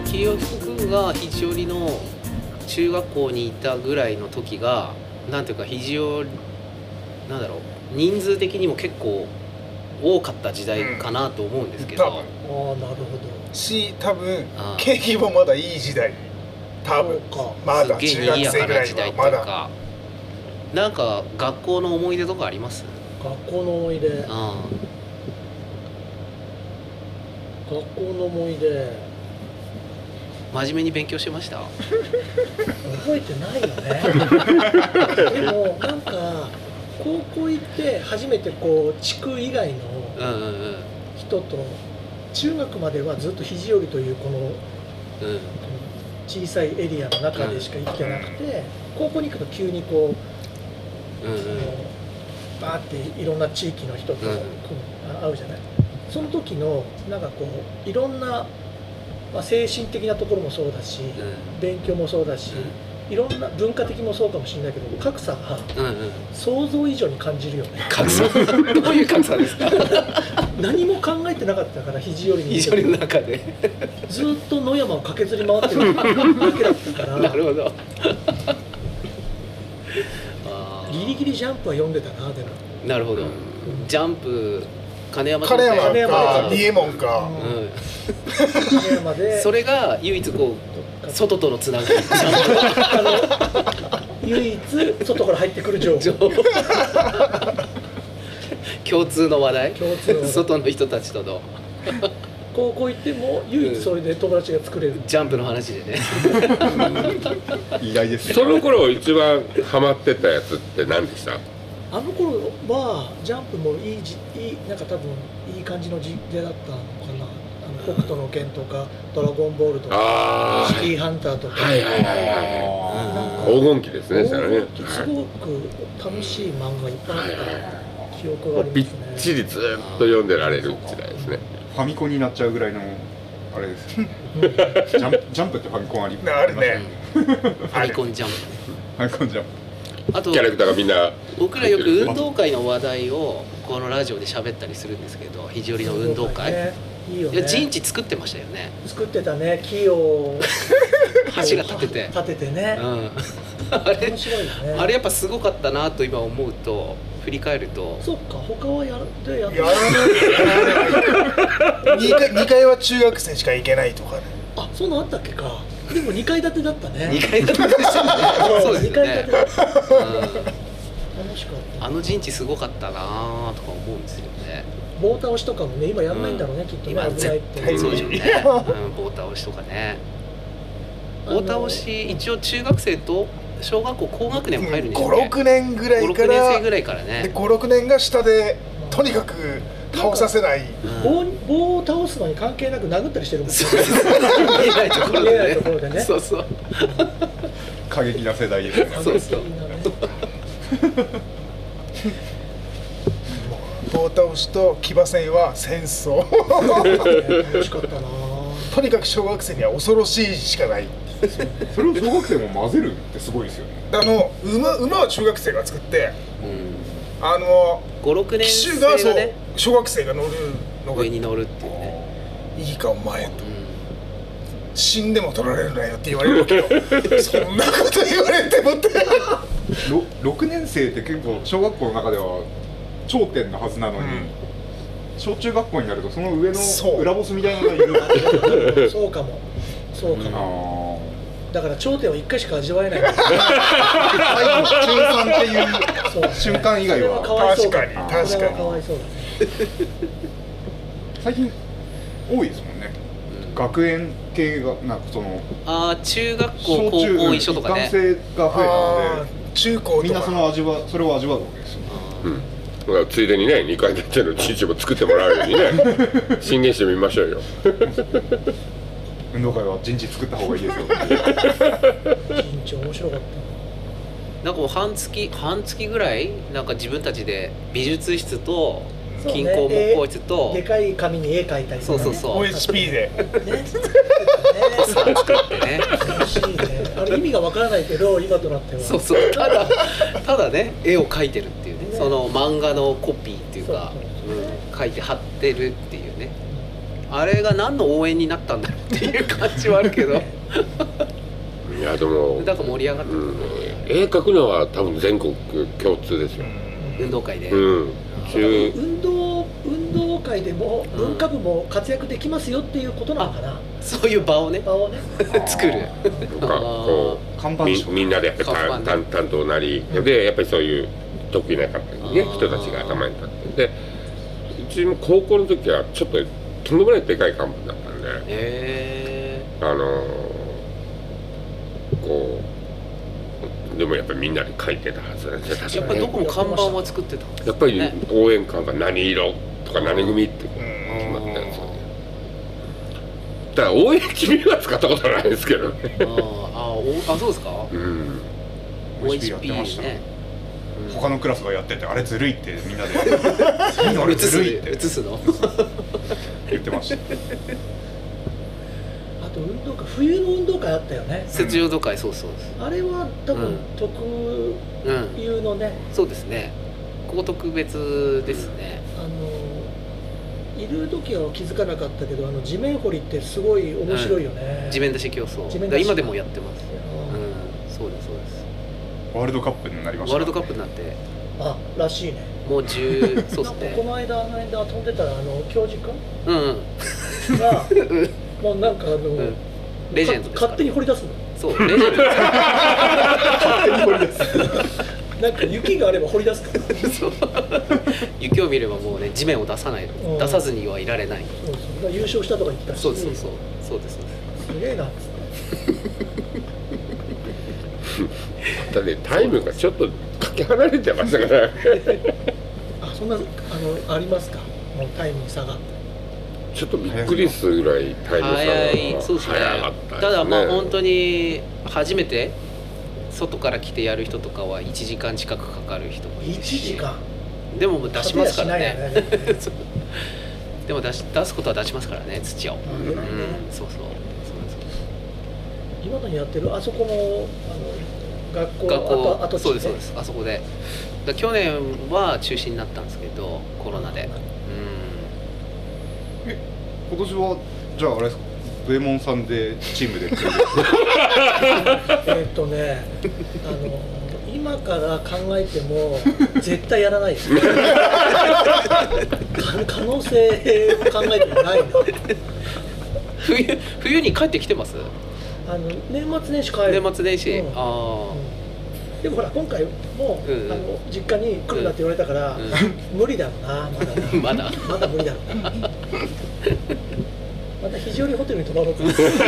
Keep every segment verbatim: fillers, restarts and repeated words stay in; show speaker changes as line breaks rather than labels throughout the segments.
清くが肘折の中学校にいたぐらいの時がなんていうか肘折なんだろう人数的にも結構多かった時代かなと思うんですけど、うん、
多分
ああなるほど
し多分景気もまだいい時代多分まだ中学生ぐらいはまだ
なんか学校の思い出とかあります？
学校の思い出、うん、学校の思い出
真面目に勉強してました？
覚えてないよねでもなんか高校行って初めてこう地区以外の人と中学まではずっと肘折というこの、うん、小さいエリアの中でしか生きてなくて、うん、高校に行くと急にこう、うんうん、バーっていろんな地域の人と会うじゃない。その時のなんかこういろんな、まあ、精神的なところもそうだし、うん、勉強もそうだし、うん、いろんな文化的もそうかもしれないけど格差が想像以上に感じるよね。
格差どういう格差ですか？
何も考えてなかったから肘折に
肘折の中で
ずっと野山を駆けずり回ってるだけだったから
なるほど
ギリギリジャンプは読んでたな。でも
なるほど、うん、ジャンプ金山
金山か三重門か、うん、
金山で
それが唯一こう外とのつながり
あの唯一外から入ってくる情報
共通の話題
共通の
外の人たちとの
高校行っても唯一それで友達が作れる、
うん、ジャンプの話でね
意外ですね。
その頃一番ハマってたやつって何でした？
あの頃はジャンプもいいじいいなんか多分いい感じの時代だったのかな。あの北斗の拳とかドラゴンボールとかシティハンターとか、
はいはいはいはい、黄金期ですね。それね。
すごく楽しい漫画いっぱいあった記憶がありますね。
びっちりずっと読んでられる時代ですね。
ファミコンになっちゃうぐらいのあれです。ジャンプジャンプってファミコンあり
あるね。
ファミコンジャンプ。
ファミコンジャンプ。
あと
キャラクターがみんな
僕らよく運動会の話題をこのラジオで喋ったりするんですけど、肘折の運動会、ね、いいよね。いや陣地作ってましたよね。
作ってたね。木を
橋が立てて
立ててね、うん、
あれ面白いよね。あれやっぱすごかったなと今思うと振り返ると、
そっか他はやるや
やらないにかいにかいは中学生しか行けないとかね。
あ、そんなあったっけか。でもにかい建てだったね。
にかい建てでしたね。そうですね。にかい建てだった。楽しかった。 あの陣地すごかったなとか思うんですよね。
棒倒しとかもね、今やんないんだろうね、うん、きっと
今絶対そうでしょうね。うん、棒倒しとかね。棒倒し一応中学生と小学校高学年も入るんですよね。
ご、ろくねんぐらいから。
ご、ろくねん生ぐらいからね。
でご、ろくねんが下でとにかく倒させない。
棒棒を倒すのに関係なく殴ったりしてるもんね。
見えないところでね。
見えないところでね。
そうそう。
過激な世代ですね。
そうそう。
棒倒しと騎馬戦は戦争。
楽しかったな。
とにかく小学生には恐ろしいしかない。
それを小学生も混ぜるってすごいですよね。
あの馬馬は中学生が作って、うん、あの
ご、ろくねん
騎手がそう小学生が乗るのが
上に乗るっていうね。
いいかお前と、うん、死んでも取られるなよって言われるわけよ。そんなこと言われてもって。
ろくねん生って結構小学校の中では頂点なはずなのに、うん、小中学校になるとその上の裏ボスみたいなのがいる。
そうかもそうかも、うん、だから頂点をいっかいしか味わえない。最
後中さんっていう瞬間以外は
確かに確かに
かわいそうだね。
最近多いですもんね、うん、学園系がなんかその
あ中学校高校一緒とかね、
男性が増えたので
中高とか
みんなその味はそれを味わうわけですよ、
うんだからついでにねにかい建てのチーチも作ってもらうようにね進言してみましょうよ。
運動会は陣地作った方がいいですよ。
陣地面白かった。
なんかもう半月半月ぐらいなんか自分たちで美術室と金工木工室と、
ね、でかい紙に絵描いたりとか、ね、
そうそうそう
オーエイチピー で
ね
ポスター作ってね。
楽しいね。あれ意味がわからないけど今となっては
そうそうただただね絵を描いてるっていうね、ねその漫画のコピーっていうかそうそう、うん、描いて貼ってるっていうね。 あれが何の応援になったんだろうっていう感じはあるけど
いやでも
なんか盛り上がってる、うん、
絵描くのは多分全国共通ですよ、
うん、運動会で、
うん、
運動運動会でも文化部も活躍できますよっていうことなのかな、うん、
そういう場をね
場をね
作る
とかこう看板み, みんなでやっぱり担当なり、うん、でやっぱりそういう得意な方にね人たちが頭に立ってでうちも高校の時はちょっととんでもないでかい看板だったんで、
へ
ーあのー、こうでもやっぱりみんなで書いてたはずなんですよ。確かに
やっぱりどこも看板は作ってたんです、ね、
やっぱり応援歌が何色とか何組って決まったやつをね。だから応援チビは使ったことないですけどね。
ああ、あ、そうですか。うん。
オーエイチピー やってましたね。他のクラスがやっててあれずるいってみんなでみんなあれずるいって
映すの
言ってました。
あと運動会、冬の運動会あったよね。
雪上運動会、そうそうです。
あれは多分特有のね、
うん、そうですね。ここ特別ですね。
あのいる時は気づかなかったけど、あの地面掘りってすごい面白いよね。
うん、地面出し競争。今でもやってます。うん、そうですそうです。
ワールドカップになりました、ね。
ワールドカップになって。
あ、らしいね。
もう十、そうですね。
この間、あの間飛んでたら、あの教授君。
うんうん。
が、もうなんか、あの、うん、
レジェンドですから。
勝手に掘り出すの。
そう、レジェンド。
勝手に掘り出す。なんか雪があれば掘り出すから。
そう。雪を見ればもうね、地面を出さないの、うん、出さずにはいられない。
そうそう。優勝したとか言ってたし。
そうそうそう。そうです。
すげえなっつって。
だってタイムがちょっとかけ離れてましたから
あ、そんなあのありますか、もうタイム差が
ちょっとびっくりするぐらいタイム差が
早い、そうですね。
早かったですね。
ただまあ本当に初めて外から来てやる人とかはいちじかん近くかかる人もいるし、
いちじかん
でも出しますからね。
ね
でも出し出すことは出しますからね、土を。うん、うん、そうそう。
今のにやってるあそこのあの学校
学校
あと
そうですそうです、あそこでだ去年は中止になったんですけどコロナで、うん、
え今年はじゃああれですか、ブエモンさんでチームで
えっとねあの今から考えても絶対やらないです可能性を考えてもないな
冬冬に帰ってきてます？
あの年末年始帰る。
年末年始、うん、ああ、
うん、でもほら今回も、うん、あの実家に来るなって言われたから、うん、無理だろうな、まだな
まだ
まだ無理だろうなまた肘折ホテルに泊まろうか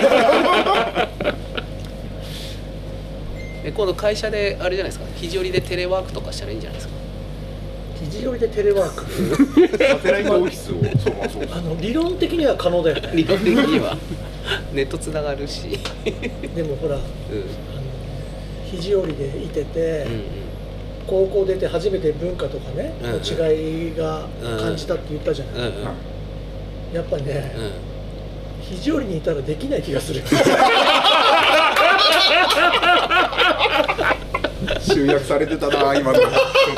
え今度会社であれじゃないですか、肘折でテレワークとかしたらいいんじゃないですか。
肘折でテレワーク
サテライトオフィスをそうそう
あの理論的には可能だよね
理論的にはネットつながるし
でもほら、うん、あの肘折でいてて、うんうん、高校出て初めて文化とかね、うんうん、の違いが感じたって言ったじゃない、うんうん、やっぱりね、うん、肘折にいたらできない気がする
集約されてたな今のい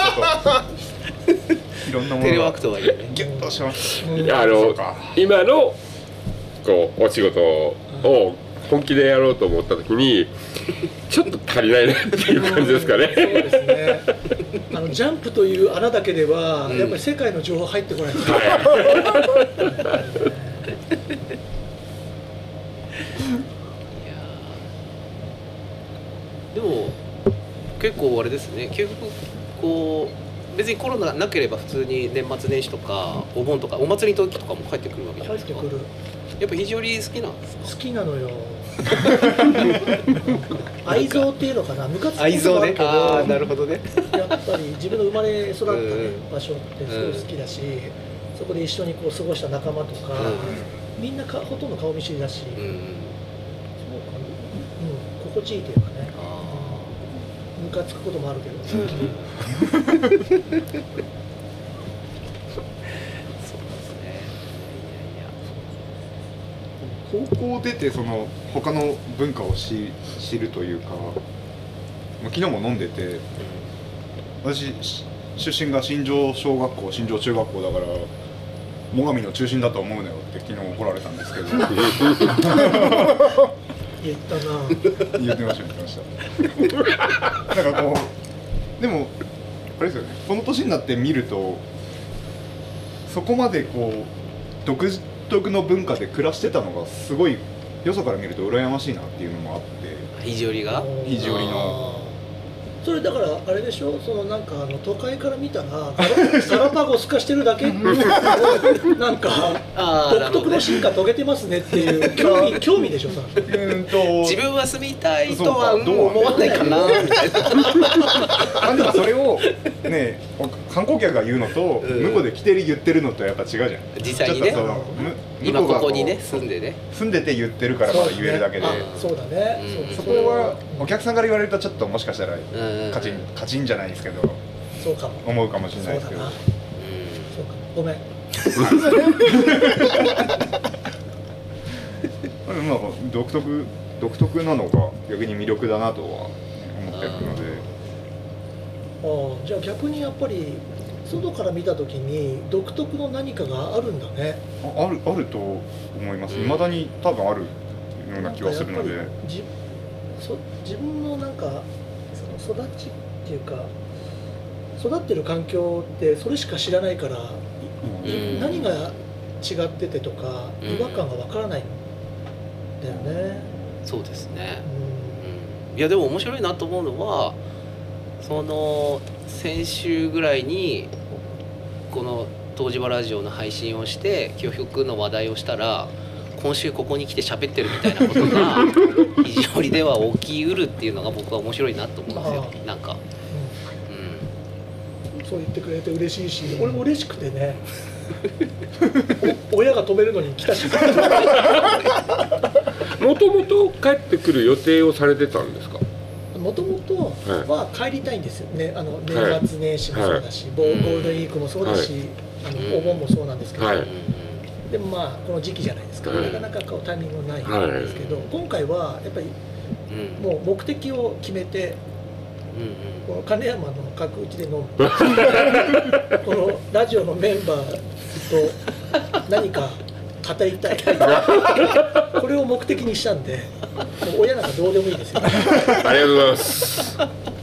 ろんなもの
テレワークとはいえね
ギュッとします、
うん、あの今のこうお仕事を本気でやろうと思った時にちょっと足りないなっていう感じですかね。
そうですね。あのジャンプという穴だけでは、うん、やっぱり世界の情報入ってこない。
でも結構あれですね。結局こう。別にコロナなければ普通に年末年始とかお盆とかお祭りの時とかも帰ってくるわけじゃないですか。
帰ってくる。
やっぱ肘折好きなんですか？
好きなのよ。愛憎っていうのかな、ムカつく
愛憎ね。ああ、なるほどね。
やっぱり自分の生まれ育った、ね、場所ってすごい好きだし、うん、そこで一緒にこう過ごした仲間とか、うん、みんなかほとんど顔見知りだし、うん、そうか、うん、心地いいというかね。ムカつくこともあるけど。そうですね。
高校出てその他の文化を知知るというか、昨日も飲んでて、私出身が新庄小学校、新庄中学校だから、 最上の中心だと思うのよって昨日怒られたんですけど
言ったな
言ってました言ってましたなんかこうでもあれですよね、この年になって見るとそこまでこう独特の文化で暮らしてたのがすごいよそから見ると羨ましいなっていうのもあって、
肘折が
肘折の
それだからあれでしょ、そのなんかあの都会から見たらガラガラパゴス化してるだけなんか独特の進化遂げてますねっていう興味興味でしょさ。
うんと
自分は住みたいとは思わないかなみたいな。
なんでもそれをね観光客が言うのと、うん、向こうで来てる言ってるのとやっぱ違うじゃん。
実際にね。今ここにね住んでね。
住んでて言ってるからまだ言えるだけで。
そうだね。
そこはお客さんから言われるとちょっともしかしたら。カチンカチンじゃないですけど、
そうかも
思うかもしれないですけど、
そうかごめん。
まあ独特独特なのが逆に魅力だなとは思ってるので、
ああじゃあ逆にやっぱり外から見たときに独特の何かがあるんだね。
あ, あるあると思います。未だに多分あるような気がするので、
じそ自分のなんかその育ちっていうか育ってる環境ってそれしか知らないから、うん、何が違っててとか違和感がわからないんだよね。
そうですね、うんうん、いやでも面白いなと思うのはその先週ぐらいにこの東芝ラジオの配信をして教育の話題をしたら今週ここに来て喋ってるみたいなことが肘折では起きうるっていうのが僕は面白いなと思うんですよ。なんか、
うん、そう言ってくれて嬉しいし、俺も嬉しくてね親が止めるのに来たし
もともと帰ってくる予定をされてたんですか？
もともとは帰りたいんですよね。あの年末年始もそうだし、はい、ゴールデンウィークもそうだし、はい、あのお盆もそうなんですけど、はい、でもまあこの時期じゃないですか、はい、なかなかこうタイミングがないんですけど、はい、今回はやっぱりもう目的を決めて、うん、この金山の角打ちで飲むこのラジオのメンバーと何か語りたいこれを目的にしたんで、もう親なんかどうでもいいですよあ
りがとうございます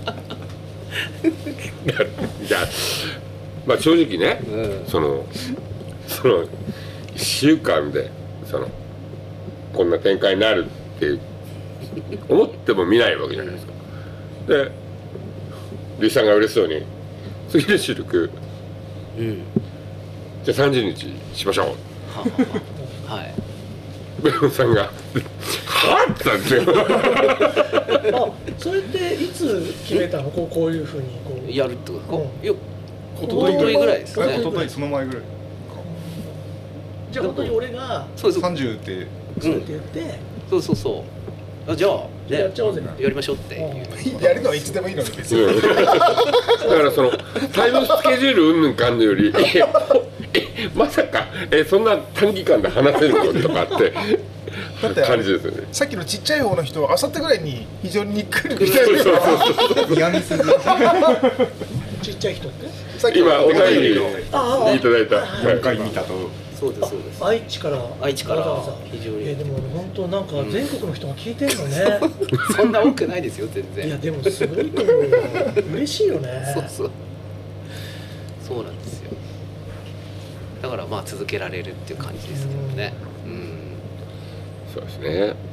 じゃあ、まあ、正直ね、うん、そのそのいっしゅうかんでそのこんな展開になるって思っても見ないわけじゃないですか。でリさんが嬉しそうに次の収録、うん、じゃあさんじゅうにちしましょうはははいベロンさんがはぁって言ったんですよ
あ、それっていつ決めたの？こう、こういうふうにこう
やるってことか、うん、いや
おとといぐらいです
ね。おとといその前ぐらいか。
じゃあ本当に俺が
さんじゅうって
そうって言って、
そうそうそうあじゃあ、ね、
やっちゃおうぜ
やりましょうっていう、
やるのはいつでもいいのに別に、
うん、だからそのタイムスケジュールうんぬんかんぬよりえまさかえそんな短期間で話せるのとかって感じですよね。
さっきのちっちゃい方の人はあさってぐらいに非常に来るみたいな
嫌みすぎ
ちっちゃい人って
今お便りいただいた
何回見たと
そうですそうです。
愛知から
愛知から非常に、
えー、でも本当なんか全国の人が聞いてるのね、
うん、そんな多くないですよ全然。
いやでもすごいと思うよ嬉しいよね
そうそうそうなんですよ。だからまあ続けられるっていう感じですけどね。うん、うん、
そうですね。いやいやいや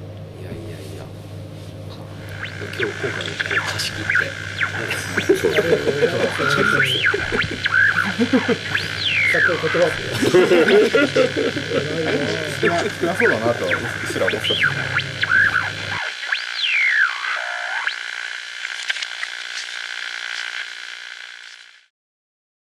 今日今回こう貸し切って
そうです
さっきの言葉って
少なそうだなとすら思ってた。